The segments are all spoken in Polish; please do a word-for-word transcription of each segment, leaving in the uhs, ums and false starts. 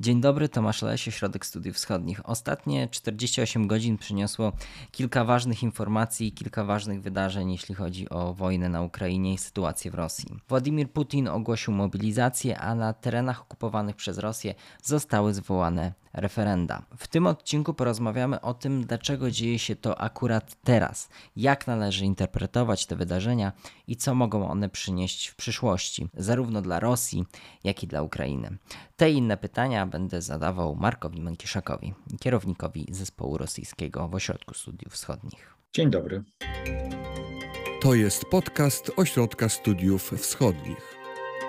Dzień dobry, Tomasz Leś, Ośrodek Studiów Wschodnich. Ostatnie czterdzieści osiem godzin przyniosło kilka ważnych informacji, kilka ważnych wydarzeń, jeśli chodzi o wojnę na Ukrainie i sytuację w Rosji. Władimir Putin ogłosił mobilizację, a na terenach okupowanych przez Rosję zostały zwołane referenda. W tym odcinku porozmawiamy o tym, dlaczego dzieje się to akurat teraz, jak należy interpretować te wydarzenia i co mogą one przynieść w przyszłości, zarówno dla Rosji, jak i dla Ukrainy. Te i inne pytania będę zadawał Markowi Mękiszakowi, kierownikowi zespołu rosyjskiego w Ośrodku Studiów Wschodnich. Dzień dobry. To jest podcast Ośrodka Studiów Wschodnich.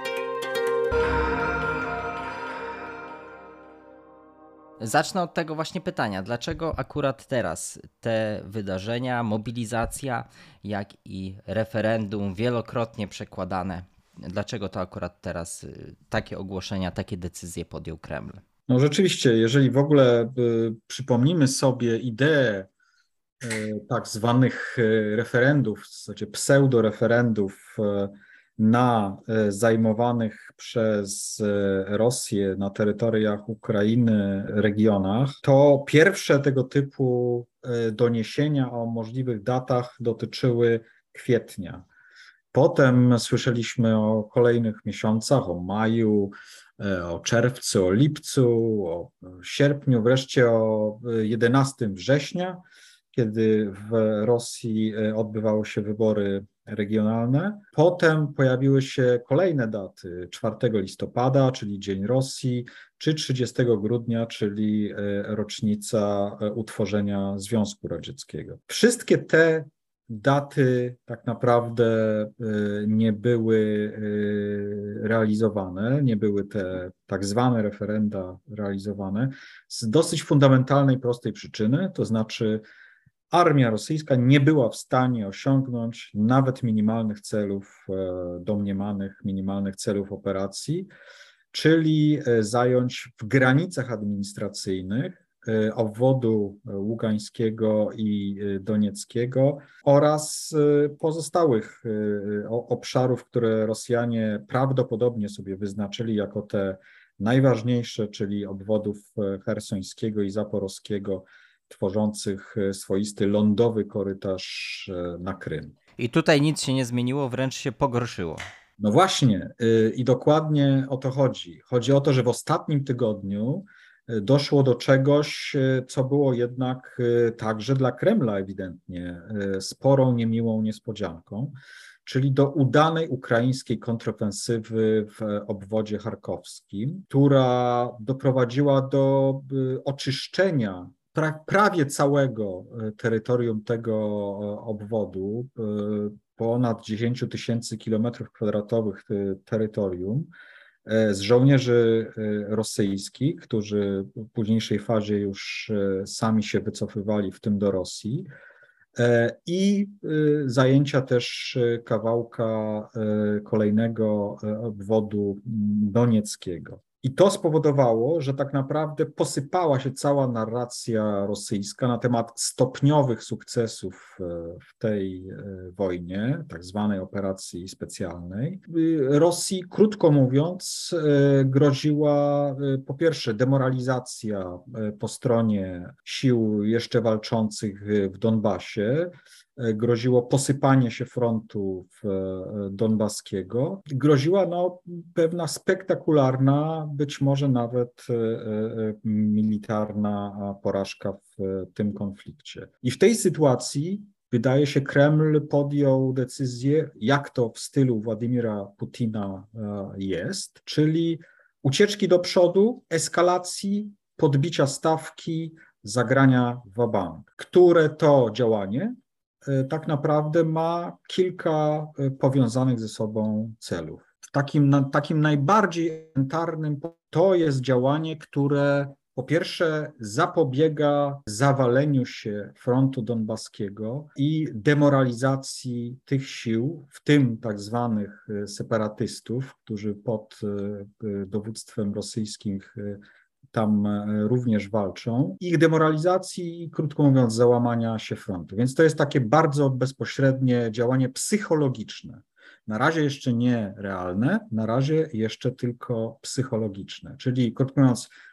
Zacznę od tego właśnie pytania. Dlaczego akurat teraz te wydarzenia, mobilizacja, jak i referendum wielokrotnie przekładane? Dlaczego to akurat teraz takie ogłoszenia, takie decyzje podjął Kreml? No rzeczywiście, jeżeli w ogóle y, przypomnimy sobie ideę y, tak zwanych y, referendów, w zasadzie pseudoreferendów y, na y, zajmowanych przez y, Rosję na terytoriach Ukrainy regionach, to pierwsze tego typu y, doniesienia o możliwych datach dotyczyły kwietnia. Potem słyszeliśmy o kolejnych miesiącach, o maju, o czerwcu, o lipcu, o sierpniu, wreszcie o jedenastego września, kiedy w Rosji odbywały się wybory regionalne. Potem pojawiły się kolejne daty, czwartego listopada, czyli Dzień Rosji, czy trzydziestego grudnia, czyli rocznica utworzenia Związku Radzieckiego. Wszystkie te daty tak naprawdę nie były realizowane, nie były te tak zwane referenda realizowane z dosyć fundamentalnej, prostej przyczyny, to znaczy armia rosyjska nie była w stanie osiągnąć nawet minimalnych celów, domniemanych minimalnych celów operacji, czyli zająć w granicach administracyjnych obwodu ługańskiego i donieckiego oraz pozostałych obszarów, które Rosjanie prawdopodobnie sobie wyznaczyli jako te najważniejsze, czyli obwodów chersońskiego i zaporowskiego, tworzących swoisty lądowy korytarz na Krym. I tutaj nic się nie zmieniło, wręcz się pogorszyło. No właśnie i dokładnie o to chodzi. Chodzi o to, że w ostatnim tygodniu doszło do czegoś, co było jednak także dla Kremla ewidentnie sporą, niemiłą niespodzianką, czyli do udanej ukraińskiej kontrofensywy w obwodzie charkowskim, która doprowadziła do oczyszczenia prawie całego terytorium tego obwodu, ponad dziesięć tysięcy kilometrów kwadratowych terytorium, z żołnierzy rosyjskich, którzy w późniejszej fazie już sami się wycofywali, w tym do Rosji, i zajęcia też kawałka kolejnego obwodu donieckiego. I to spowodowało, że tak naprawdę posypała się cała narracja rosyjska na temat stopniowych sukcesów w tej wojnie, tak zwanej operacji specjalnej. Rosji, krótko mówiąc, groziła po pierwsze demoralizacja po stronie sił jeszcze walczących w Donbasie, groziło posypanie się frontu donbaskiego, groziła no, pewna spektakularna, być może nawet militarna porażka w tym konflikcie. I w tej sytuacji, wydaje się, Kreml podjął decyzję, jak to w stylu Władimira Putina jest, czyli ucieczki do przodu, eskalacji, podbicia stawki, zagrania wabank, które to działanie tak naprawdę ma kilka powiązanych ze sobą celów. Takim, takim najbardziej elementarnym to jest działanie, które po pierwsze zapobiega zawaleniu się frontu donbaskiego i demoralizacji tych sił, w tym tak zwanych separatystów, którzy pod dowództwem rosyjskim tam również walczą, ich demoralizacji i, krótko mówiąc, załamania się frontu. Więc to jest takie bardzo bezpośrednie działanie psychologiczne. Na razie jeszcze nie realne, na razie jeszcze tylko psychologiczne. Czyli, krótko mówiąc,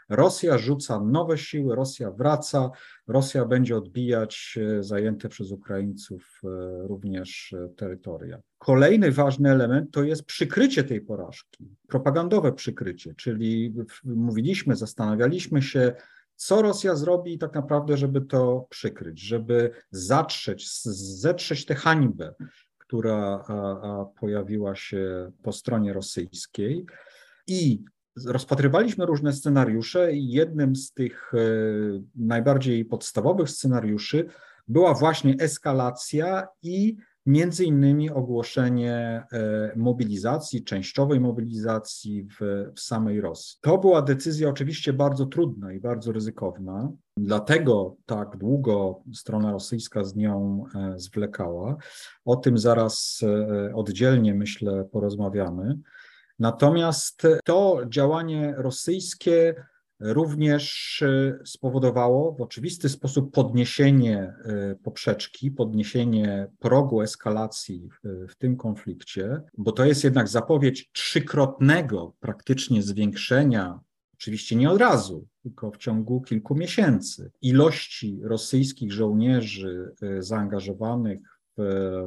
Rosja rzuca nowe siły, Rosja wraca, Rosja będzie odbijać zajęte przez Ukraińców również terytoria. Kolejny ważny element to jest przykrycie tej porażki, propagandowe przykrycie, czyli mówiliśmy, zastanawialiśmy się, co Rosja zrobi tak naprawdę, żeby to przykryć, żeby zatrzeć, zetrzeć tę hańbę, która a, a pojawiła się po stronie rosyjskiej. I rozpatrywaliśmy różne scenariusze i jednym z tych e, najbardziej podstawowych scenariuszy była właśnie eskalacja i między innymi ogłoszenie e, mobilizacji, częściowej mobilizacji w, w samej Rosji. To była decyzja oczywiście bardzo trudna i bardzo ryzykowna, dlatego tak długo strona rosyjska z nią e, zwlekała. O tym zaraz e, oddzielnie, myślę, porozmawiamy. Natomiast to działanie rosyjskie również spowodowało w oczywisty sposób podniesienie poprzeczki, podniesienie progu eskalacji w, w tym konflikcie, bo to jest jednak zapowiedź trzykrotnego praktycznie zwiększenia, oczywiście nie od razu, tylko w ciągu kilku miesięcy, ilości rosyjskich żołnierzy zaangażowanych w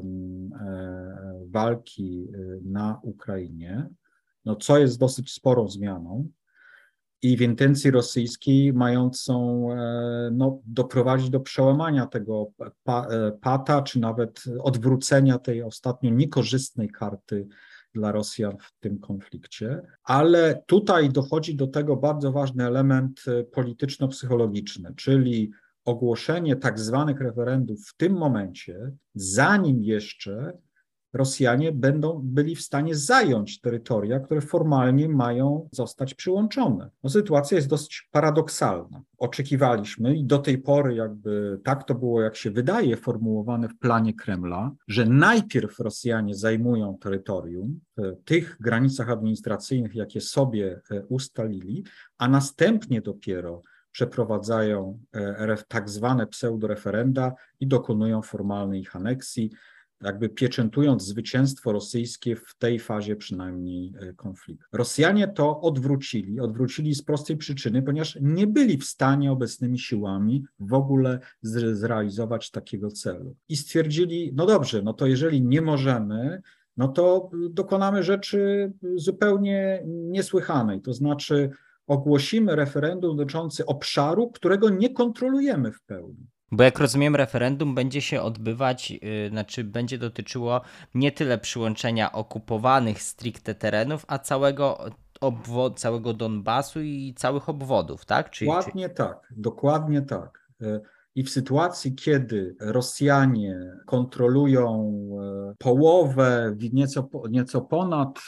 walki na Ukrainie, no co jest dosyć sporą zmianą i w intencji rosyjskiej mającą no, doprowadzić do przełamania tego pata, czy nawet odwrócenia tej ostatnio niekorzystnej karty dla Rosjan w tym konflikcie. Ale tutaj dochodzi do tego bardzo ważny element polityczno-psychologiczny, czyli ogłoszenie tak zwanych referendów w tym momencie, zanim jeszcze Rosjanie będą byli w stanie zająć terytoria, które formalnie mają zostać przyłączone. No, sytuacja jest dosyć paradoksalna. Oczekiwaliśmy i do tej pory jakby tak to było, jak się wydaje, formułowane w planie Kremla, że najpierw Rosjanie zajmują terytorium w tych granicach administracyjnych, jakie sobie ustalili, a następnie dopiero przeprowadzają tak zwane pseudoreferenda i dokonują formalnej ich aneksji, jakby pieczętując zwycięstwo rosyjskie w tej fazie przynajmniej konfliktu. Rosjanie to odwrócili, odwrócili z prostej przyczyny, ponieważ nie byli w stanie obecnymi siłami w ogóle zrealizować takiego celu. I stwierdzili, no dobrze, no to jeżeli nie możemy, no to dokonamy rzeczy zupełnie niesłychanej, to znaczy ogłosimy referendum dotyczące obszaru, którego nie kontrolujemy w pełni. Bo jak rozumiem, referendum będzie się odbywać, yy, znaczy będzie dotyczyło nie tyle przyłączenia okupowanych stricte terenów, a całego obwod, całego Donbasu i całych obwodów, tak? Czy, dokładnie czy... tak, dokładnie tak. I w sytuacji, kiedy Rosjanie kontrolują połowę, nieco, nieco ponad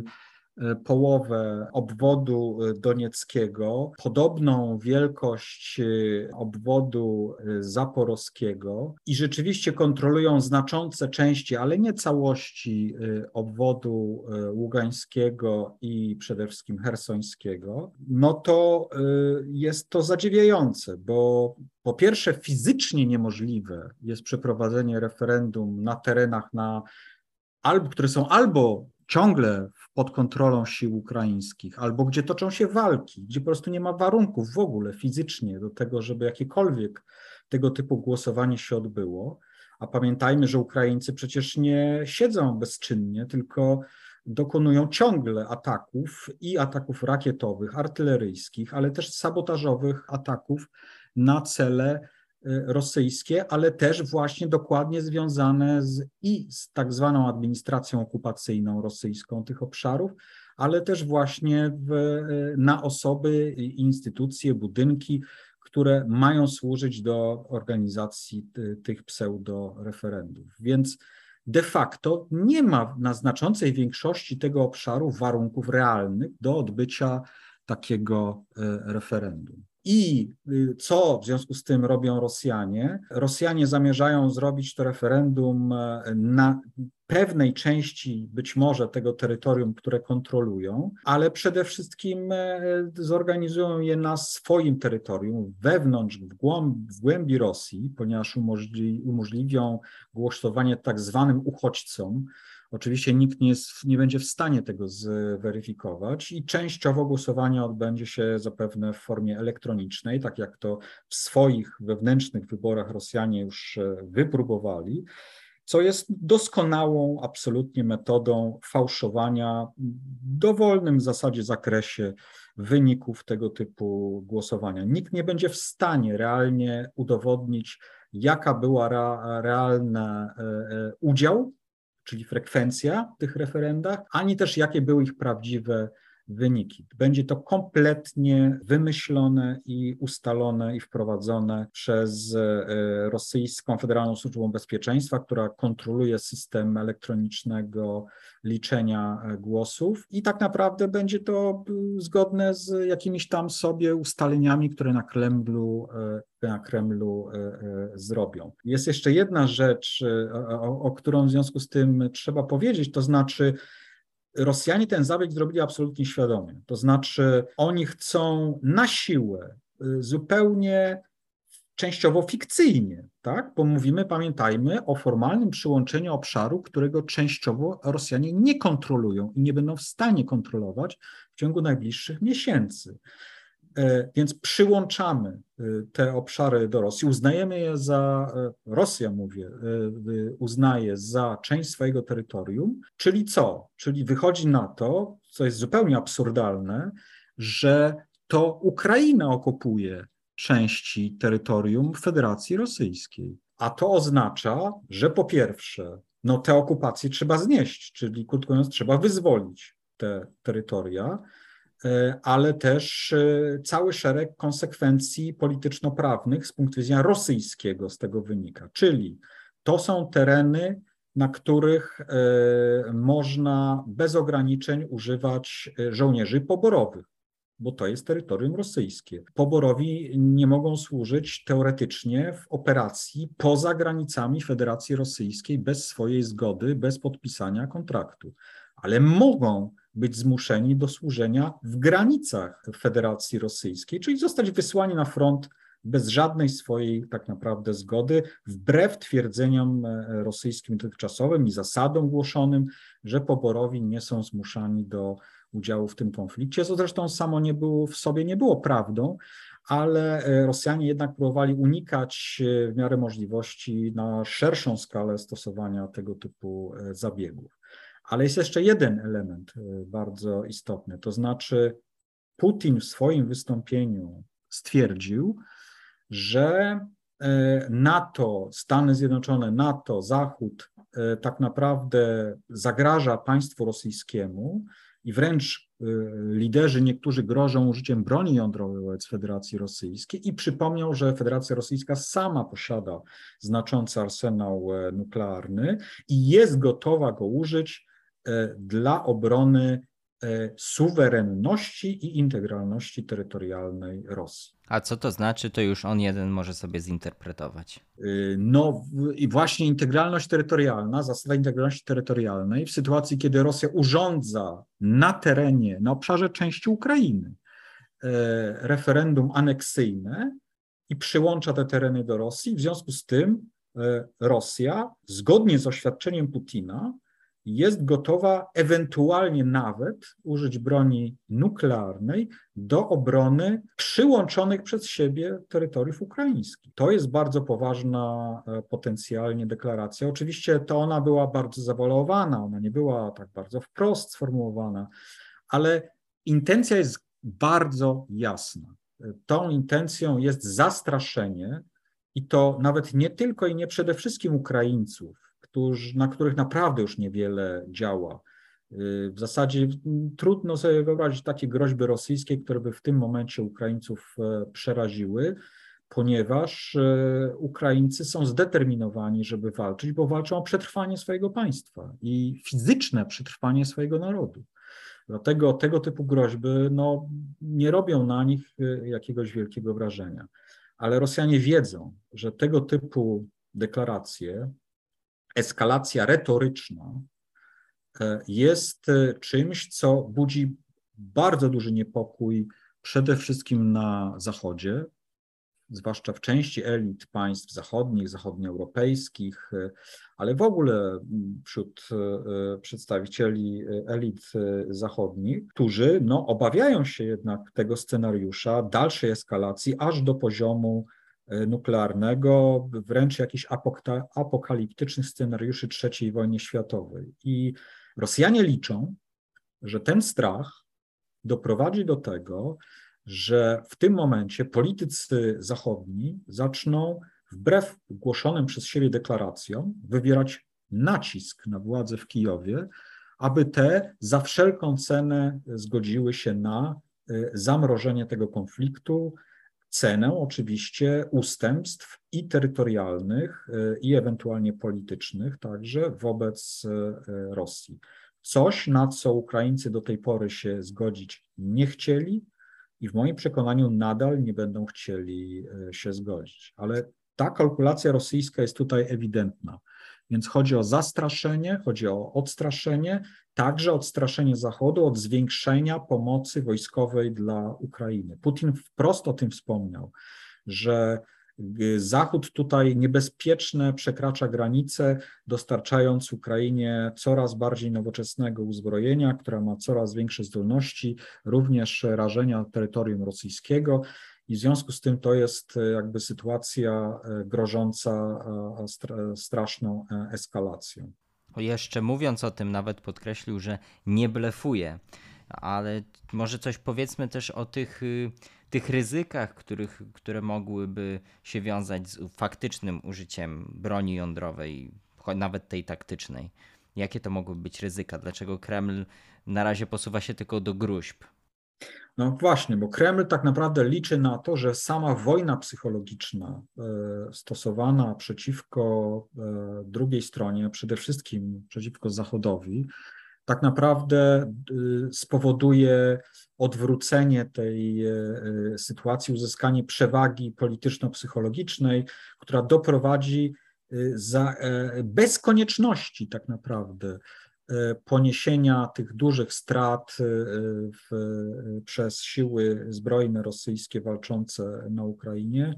połowę obwodu donieckiego, podobną wielkość obwodu zaporowskiego i rzeczywiście kontrolują znaczące części, ale nie całości obwodu ługańskiego i przede wszystkim chersońskiego, no to jest to zadziwiające, bo po pierwsze fizycznie niemożliwe jest przeprowadzenie referendum na terenach, na, albo, które są albo ciągle pod kontrolą sił ukraińskich, albo gdzie toczą się walki, gdzie po prostu nie ma warunków w ogóle fizycznie do tego, żeby jakiekolwiek tego typu głosowanie się odbyło. A pamiętajmy, że Ukraińcy przecież nie siedzą bezczynnie, tylko dokonują ciągle ataków i ataków rakietowych, artyleryjskich, ale też sabotażowych ataków na cele rosyjskie, ale też właśnie dokładnie związane z, i z tak zwaną administracją okupacyjną rosyjską tych obszarów, ale też właśnie w, na osoby, instytucje, budynki, które mają służyć do organizacji ty, tych pseudoreferendów. Więc de facto nie ma na znaczącej większości tego obszaru warunków realnych do odbycia takiego referendum. I co w związku z tym robią Rosjanie? Rosjanie zamierzają zrobić to referendum na pewnej części być może tego terytorium, które kontrolują, ale przede wszystkim zorganizują je na swoim terytorium, wewnątrz, w, głąb, w głębi Rosji, ponieważ umożli, umożliwią głosowanie tak zwanym uchodźcom, Oczywiście nikt nie, jest, nie będzie w stanie tego zweryfikować i częściowo głosowanie odbędzie się zapewne w formie elektronicznej, tak jak to w swoich wewnętrznych wyborach Rosjanie już wypróbowali, co jest doskonałą absolutnie metodą fałszowania w dowolnym w zasadzie zakresie wyników tego typu głosowania. Nikt nie będzie w stanie realnie udowodnić, jaka była realny udział, czyli frekwencja w tych referendach, ani też jakie były ich prawdziwe wyniki. Będzie to kompletnie wymyślone i ustalone i wprowadzone przez Rosyjską Federalną Służbę Bezpieczeństwa, która kontroluje system elektronicznego liczenia głosów i tak naprawdę będzie to zgodne z jakimiś tam sobie ustaleniami, które na Kremlu, na Kremlu zrobią. Jest jeszcze jedna rzecz, o, o którą w związku z tym trzeba powiedzieć, to znaczy Rosjanie ten zabieg zrobili absolutnie świadomie. To znaczy oni chcą na siłę, zupełnie częściowo fikcyjnie, tak? Bo mówimy, pamiętajmy o formalnym przyłączeniu obszaru, którego częściowo Rosjanie nie kontrolują i nie będą w stanie kontrolować w ciągu najbliższych miesięcy. Więc przyłączamy te obszary do Rosji, uznajemy je za, Rosja mówię, uznaje za część swojego terytorium, czyli co? Czyli wychodzi na to, co jest zupełnie absurdalne, że to Ukraina okupuje części terytorium Federacji Rosyjskiej. A to oznacza, że po pierwsze, no te okupacje trzeba znieść, czyli krótko mówiąc trzeba wyzwolić te terytoria, ale też cały szereg konsekwencji polityczno-prawnych z punktu widzenia rosyjskiego z tego wynika. Czyli to są tereny, na których można bez ograniczeń używać żołnierzy poborowych, bo to jest terytorium rosyjskie. Poborowi nie mogą służyć teoretycznie w operacji poza granicami Federacji Rosyjskiej bez swojej zgody, bez podpisania kontraktu, ale mogą być zmuszeni do służenia w granicach Federacji Rosyjskiej, czyli zostać wysłani na front bez żadnej swojej tak naprawdę zgody, wbrew twierdzeniom rosyjskim dotychczasowym i zasadom głoszonym, że poborowi nie są zmuszani do udziału w tym konflikcie, co zresztą samo nie było, w sobie nie było prawdą, ale Rosjanie jednak próbowali unikać w miarę możliwości na szerszą skalę stosowania tego typu zabiegów. Ale jest jeszcze jeden element bardzo istotny, to znaczy Putin w swoim wystąpieniu stwierdził, że NATO, Stany Zjednoczone, NATO, Zachód tak naprawdę zagraża państwu rosyjskiemu i wręcz liderzy niektórzy grożą użyciem broni jądrowej wobec Federacji Rosyjskiej i przypomniał, że Federacja Rosyjska sama posiada znaczący arsenał nuklearny i jest gotowa go użyć dla obrony suwerenności i integralności terytorialnej Rosji. A co to znaczy, to już on jeden może sobie zinterpretować. No i właśnie integralność terytorialna, zasada integralności terytorialnej w sytuacji, kiedy Rosja urządza na terenie, na obszarze części Ukrainy referendum aneksyjne i przyłącza te tereny do Rosji, w związku z tym Rosja, zgodnie z oświadczeniem Putina, jest gotowa ewentualnie nawet użyć broni nuklearnej do obrony przyłączonych przez siebie terytoriów ukraińskich. To jest bardzo poważna potencjalnie deklaracja. Oczywiście to ona była bardzo zawalowana, ona nie była tak bardzo wprost sformułowana, ale intencja jest bardzo jasna. Tą intencją jest zastraszenie i to nawet nie tylko i nie przede wszystkim Ukraińców, Którzy, na których naprawdę już niewiele działa. W zasadzie trudno sobie wyobrazić takie groźby rosyjskie, które by w tym momencie Ukraińców przeraziły, ponieważ Ukraińcy są zdeterminowani, żeby walczyć, bo walczą o przetrwanie swojego państwa i fizyczne przetrwanie swojego narodu. Dlatego tego typu groźby no, nie robią na nich jakiegoś wielkiego wrażenia. Ale Rosjanie wiedzą, że tego typu deklaracje, eskalacja retoryczna jest czymś, co budzi bardzo duży niepokój przede wszystkim na Zachodzie, zwłaszcza w części elit państw zachodnich, zachodnioeuropejskich, ale w ogóle wśród przedstawicieli elit zachodnich, którzy no, obawiają się jednak tego scenariusza dalszej eskalacji aż do poziomu nuklearnego, wręcz jakichś apokaliptycznych scenariuszy trzeciej wojny światowej. I Rosjanie liczą, że ten strach doprowadzi do tego, że w tym momencie politycy zachodni zaczną wbrew głoszonym przez siebie deklaracjom wywierać nacisk na władze w Kijowie, aby te za wszelką cenę zgodziły się na zamrożenie tego konfliktu, cenę oczywiście ustępstw i terytorialnych, i ewentualnie politycznych także wobec Rosji. Coś, na co Ukraińcy do tej pory się zgodzić nie chcieli i w moim przekonaniu nadal nie będą chcieli się zgodzić. Ale ta kalkulacja rosyjska jest tutaj ewidentna. Więc chodzi o zastraszenie, chodzi o odstraszenie, także odstraszenie Zachodu od zwiększenia pomocy wojskowej dla Ukrainy. Putin wprost o tym wspomniał, że Zachód tutaj niebezpieczne przekracza granice, dostarczając Ukrainie coraz bardziej nowoczesnego uzbrojenia, która ma coraz większe zdolności, również rażenia terytorium rosyjskiego. I w związku z tym to jest jakby sytuacja grożąca straszną eskalacją. Jeszcze mówiąc o tym, nawet podkreślił, że nie blefuje, ale może coś powiedzmy też o tych, tych ryzykach, których, które mogłyby się wiązać z faktycznym użyciem broni jądrowej, nawet tej taktycznej. Jakie to mogły być ryzyka? Dlaczego Kreml na razie posuwa się tylko do gróźb? No właśnie, bo Kreml tak naprawdę liczy na to, że sama wojna psychologiczna stosowana przeciwko drugiej stronie, przede wszystkim przeciwko Zachodowi, tak naprawdę spowoduje odwrócenie tej sytuacji, uzyskanie przewagi polityczno-psychologicznej, która doprowadzi za, bez konieczności tak naprawdę poniesienia tych dużych strat w, przez siły zbrojne rosyjskie walczące na Ukrainie,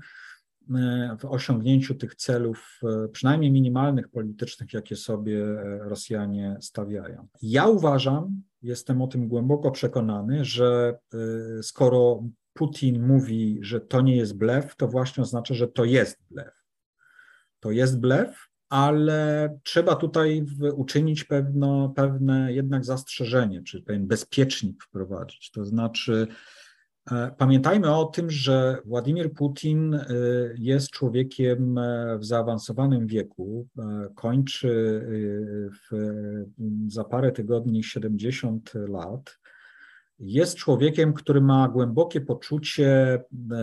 w osiągnięciu tych celów, przynajmniej minimalnych politycznych, jakie sobie Rosjanie stawiają. Ja uważam, jestem o tym głęboko przekonany, że skoro Putin mówi, że to nie jest blef, to właśnie oznacza, że to jest blef. To jest blef, ale trzeba tutaj uczynić pewno, pewne jednak zastrzeżenie, czy pewien bezpiecznik wprowadzić. To znaczy, pamiętajmy o tym, że Władimir Putin jest człowiekiem w zaawansowanym wieku, kończy w, za parę tygodni siedemdziesiąt lat. Jest człowiekiem, który ma głębokie poczucie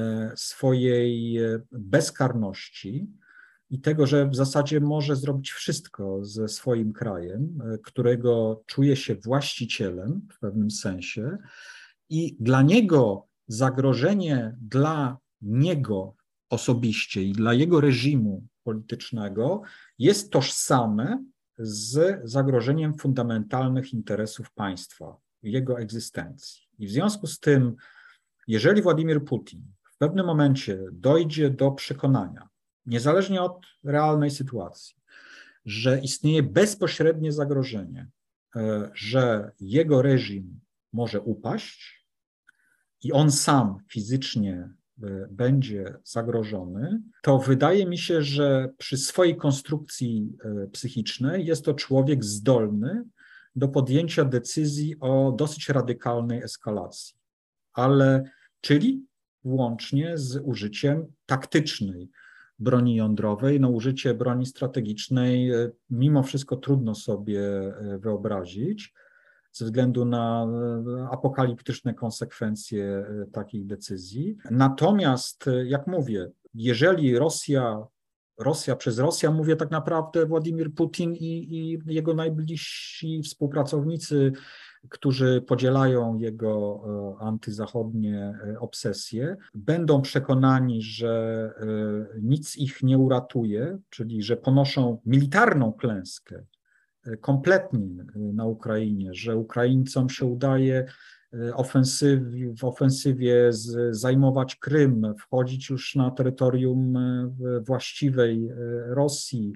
swojej bezkarności i tego, że w zasadzie może zrobić wszystko ze swoim krajem, którego czuje się właścicielem w pewnym sensie. I dla niego zagrożenie dla niego osobiście i dla jego reżimu politycznego jest tożsame z zagrożeniem fundamentalnych interesów państwa, jego egzystencji. I w związku z tym, jeżeli Władimir Putin w pewnym momencie dojdzie do przekonania, niezależnie od realnej sytuacji, że istnieje bezpośrednie zagrożenie, że jego reżim może upaść i on sam fizycznie będzie zagrożony, to wydaje mi się, że przy swojej konstrukcji psychicznej jest to człowiek zdolny do podjęcia decyzji o dosyć radykalnej eskalacji, ale czyli łącznie z użyciem taktycznej broni jądrowej. No, użycie broni strategicznej mimo wszystko trudno sobie wyobrazić ze względu na apokaliptyczne konsekwencje takich decyzji. Natomiast, jak mówię, jeżeli Rosja, Rosja przez Rosję mówię tak naprawdę Władimir Putin i, i jego najbliżsi współpracownicy, którzy podzielają jego antyzachodnie obsesje, będą przekonani, że nic ich nie uratuje, czyli że ponoszą militarną klęskę kompletnie na Ukrainie, że Ukraińcom się udaje ofensywie, w ofensywie z, zajmować Krym, wchodzić już na terytorium właściwej Rosji,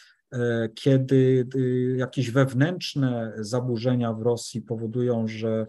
kiedy jakieś wewnętrzne zaburzenia w Rosji powodują, że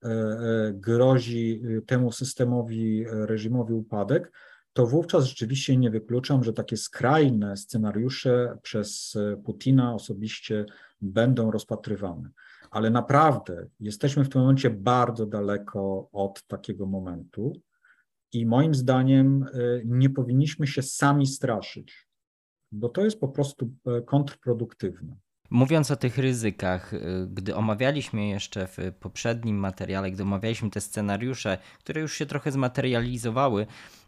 grozi temu systemowi, reżimowi upadek, to wówczas rzeczywiście nie wykluczam, że takie skrajne scenariusze przez Putina osobiście będą rozpatrywane. Ale naprawdę jesteśmy w tym momencie bardzo daleko od takiego momentu i moim zdaniem nie powinniśmy się sami straszyć, bo to jest po prostu kontrproduktywne. Mówiąc o tych ryzykach, gdy omawialiśmy jeszcze w poprzednim materiale, gdy omawialiśmy te scenariusze, które już się trochę zmaterializowały,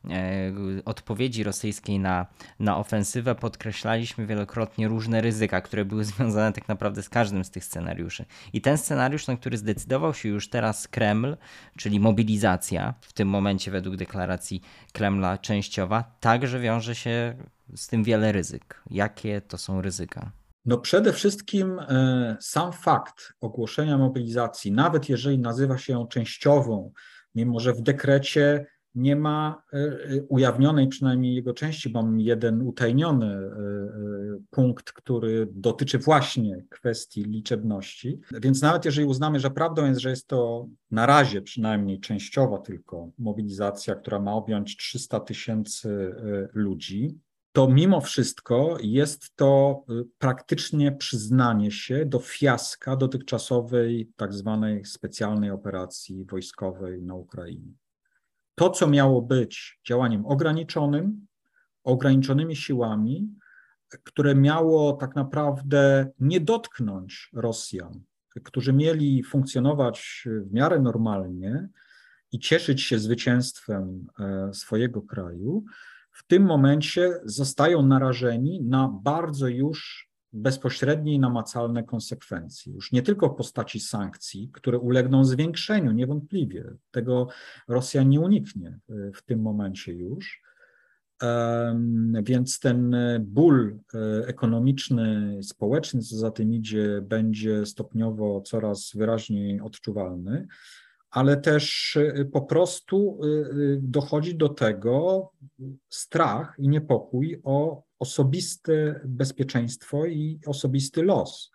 odpowiedzi rosyjskiej na, na ofensywę, podkreślaliśmy wielokrotnie różne ryzyka, które były związane tak naprawdę z każdym z tych scenariuszy. I ten scenariusz, na który zdecydował się już teraz Kreml, czyli mobilizacja, w tym momencie według deklaracji Kremla częściowa, także wiąże się z tym wiele ryzyk. Jakie to są ryzyka? No przede wszystkim sam fakt ogłoszenia mobilizacji, nawet jeżeli nazywa się ją częściową, mimo że w dekrecie nie ma ujawnionej przynajmniej jego części, mam jeden utajniony punkt, który dotyczy właśnie kwestii liczebności, więc nawet jeżeli uznamy, że prawdą jest, że jest to na razie przynajmniej częściowa tylko mobilizacja, która ma objąć trzysta tysięcy ludzi, to mimo wszystko jest to praktycznie przyznanie się do fiaska dotychczasowej tak zwanej specjalnej operacji wojskowej na Ukrainie. To, co miało być działaniem ograniczonym, ograniczonymi siłami, które miało tak naprawdę nie dotknąć Rosjan, którzy mieli funkcjonować w miarę normalnie i cieszyć się zwycięstwem swojego kraju, w tym momencie zostają narażeni na bardzo już bezpośrednie i namacalne konsekwencje. Już nie tylko w postaci sankcji, które ulegną zwiększeniu niewątpliwie. Tego Rosja nie uniknie w tym momencie już. Więc ten ból ekonomiczny, społeczny, co za tym idzie, będzie stopniowo coraz wyraźniej odczuwalny, ale też po prostu dochodzi do tego strach i niepokój o osobiste bezpieczeństwo i osobisty los.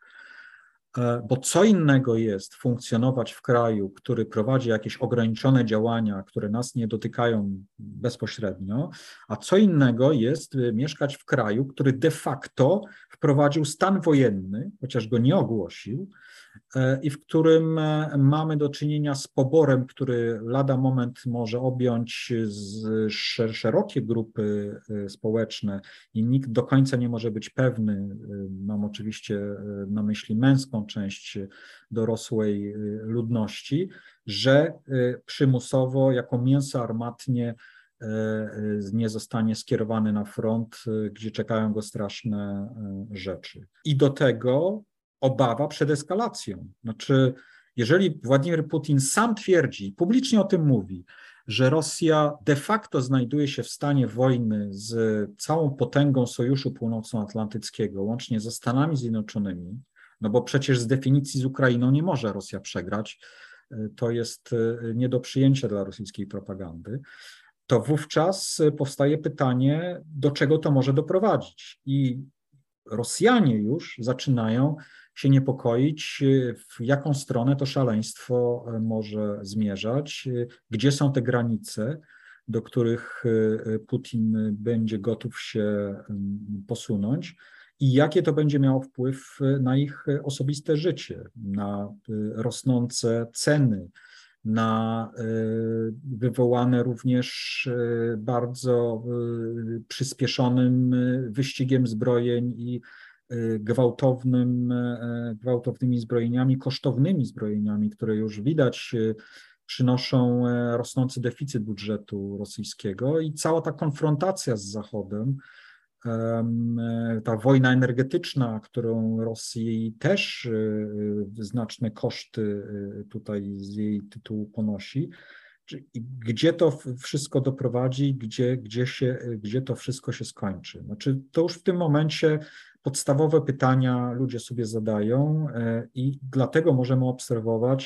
Bo co innego jest funkcjonować w kraju, który prowadzi jakieś ograniczone działania, które nas nie dotykają bezpośrednio, a co innego jest mieszkać w kraju, który de facto wprowadził stan wojenny, chociaż go nie ogłosił, i w którym mamy do czynienia z poborem, który lada moment może objąć z szerokie grupy społeczne i nikt do końca nie może być pewny, mam oczywiście na myśli męską część dorosłej ludności, że przymusowo jako mięso armatnie nie zostanie skierowany na front, gdzie czekają go straszne rzeczy. I do tego obawa przed eskalacją. Znaczy, jeżeli Władimir Putin sam twierdzi, publicznie o tym mówi, że Rosja de facto znajduje się w stanie wojny z całą potęgą Sojuszu Północnoatlantyckiego, łącznie ze Stanami Zjednoczonymi, no bo przecież z definicji z Ukrainą nie może Rosja przegrać, to jest nie do przyjęcia dla rosyjskiej propagandy, to wówczas powstaje pytanie, do czego to może doprowadzić. I Rosjanie już zaczynają się niepokoić, w jaką stronę to szaleństwo może zmierzać, gdzie są te granice, do których Putin będzie gotów się posunąć i jakie to będzie miało wpływ na ich osobiste życie, na rosnące ceny, na wywołane również bardzo przyspieszonym wyścigiem zbrojeń i gwałtownym, gwałtownymi zbrojeniami, kosztownymi zbrojeniami, które już widać przynoszą rosnący deficyt budżetu rosyjskiego i cała ta konfrontacja z Zachodem, ta wojna energetyczna, którą Rosji też znaczne koszty tutaj z jej tytułu ponosi, gdzie to wszystko doprowadzi, gdzie, gdzie, się, gdzie to wszystko się skończy. Znaczy, to już w tym momencie podstawowe pytania ludzie sobie zadają i dlatego możemy obserwować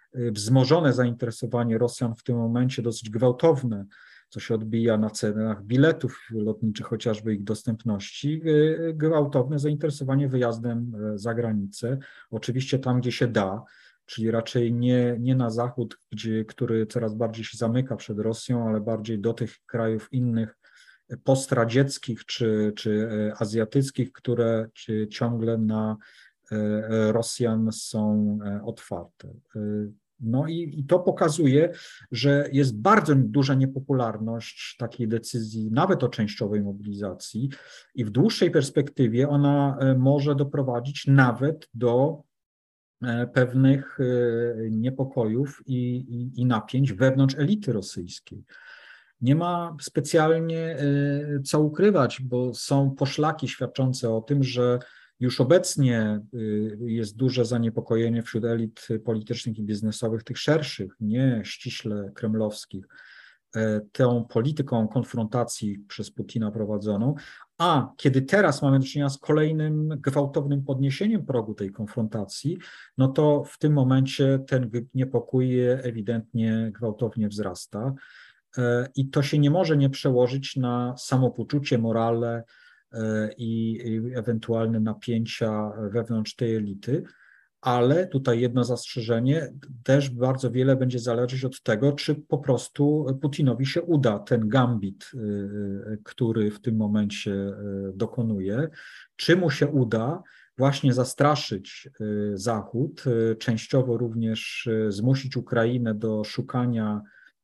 wzmożone zainteresowanie Rosjan w tym momencie, dosyć gwałtowne, co się odbija na cenach biletów lotniczych, chociażby ich dostępności, gwałtowne zainteresowanie wyjazdem za granicę, oczywiście tam, gdzie się da, czyli raczej nie, nie na zachód, gdzie, który coraz bardziej się zamyka przed Rosją, ale bardziej do tych krajów innych, postradzieckich czy, czy azjatyckich, które ciągle na Rosjan są otwarte. No i, i to pokazuje, że jest bardzo duża niepopularność takiej decyzji, nawet o częściowej mobilizacji, i w dłuższej perspektywie ona może doprowadzić nawet do pewnych niepokojów i, i, i napięć wewnątrz elity rosyjskiej. Nie ma specjalnie co ukrywać, bo są poszlaki świadczące o tym, że już obecnie jest duże zaniepokojenie wśród elit politycznych i biznesowych, tych szerszych, nie ściśle kremlowskich, tą polityką konfrontacji przez Putina prowadzoną, a kiedy teraz mamy do czynienia z kolejnym gwałtownym podniesieniem progu tej konfrontacji, no to w tym momencie ten niepokój ewidentnie gwałtownie wzrasta i to się nie może nie przełożyć na samopoczucie, morale i ewentualne napięcia wewnątrz tej elity, ale tutaj jedno zastrzeżenie, też bardzo wiele będzie zależeć od tego, czy po prostu Putinowi się uda ten gambit, który w tym momencie dokonuje, czy mu się uda właśnie zastraszyć Zachód, częściowo również zmusić Ukrainę do szukania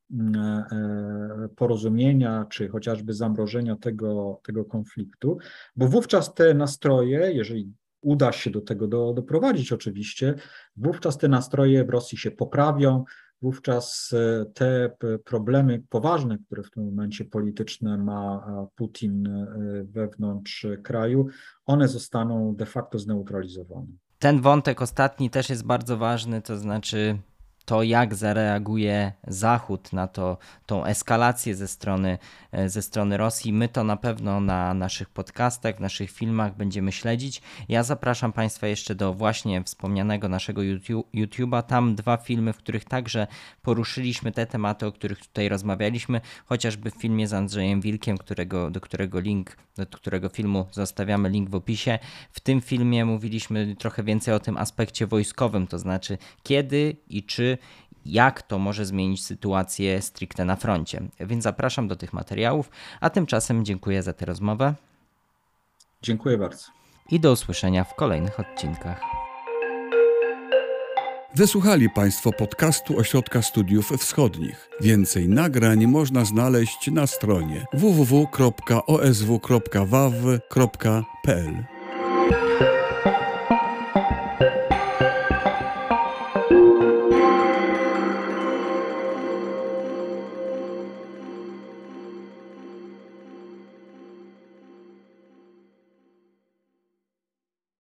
porozumienia, czy chociażby zamrożenia tego, tego konfliktu, bo wówczas te nastroje, jeżeli uda się do tego do, doprowadzić oczywiście, wówczas te nastroje w Rosji się poprawią, wówczas te problemy poważne, które w tym momencie polityczne ma Putin wewnątrz kraju, one zostaną de facto zneutralizowane. Ten wątek ostatni też jest bardzo ważny, to znaczy to, jak zareaguje Zachód na to, tą eskalację ze strony, ze strony Rosji. My to na pewno na naszych podcastach, w naszych filmach będziemy śledzić. Ja zapraszam Państwa jeszcze do właśnie wspomnianego naszego YouTube, YouTube'a. Tam dwa filmy, w których także poruszyliśmy te tematy, o których tutaj rozmawialiśmy, chociażby w filmie z Andrzejem Wilkiem, którego, do którego link, do którego filmu zostawiamy link w opisie. W tym filmie mówiliśmy trochę więcej o tym aspekcie wojskowym, to znaczy kiedy i czy jak to może zmienić sytuację stricte na froncie. Więc zapraszam do tych materiałów, a tymczasem dziękuję za tę rozmowę. Dziękuję bardzo. I do usłyszenia w kolejnych odcinkach. Wysłuchali Państwo podcastu Ośrodka Studiów Wschodnich. Więcej nagrań można znaleźć na stronie w w w kropka o s w kropka w a w kropka p l.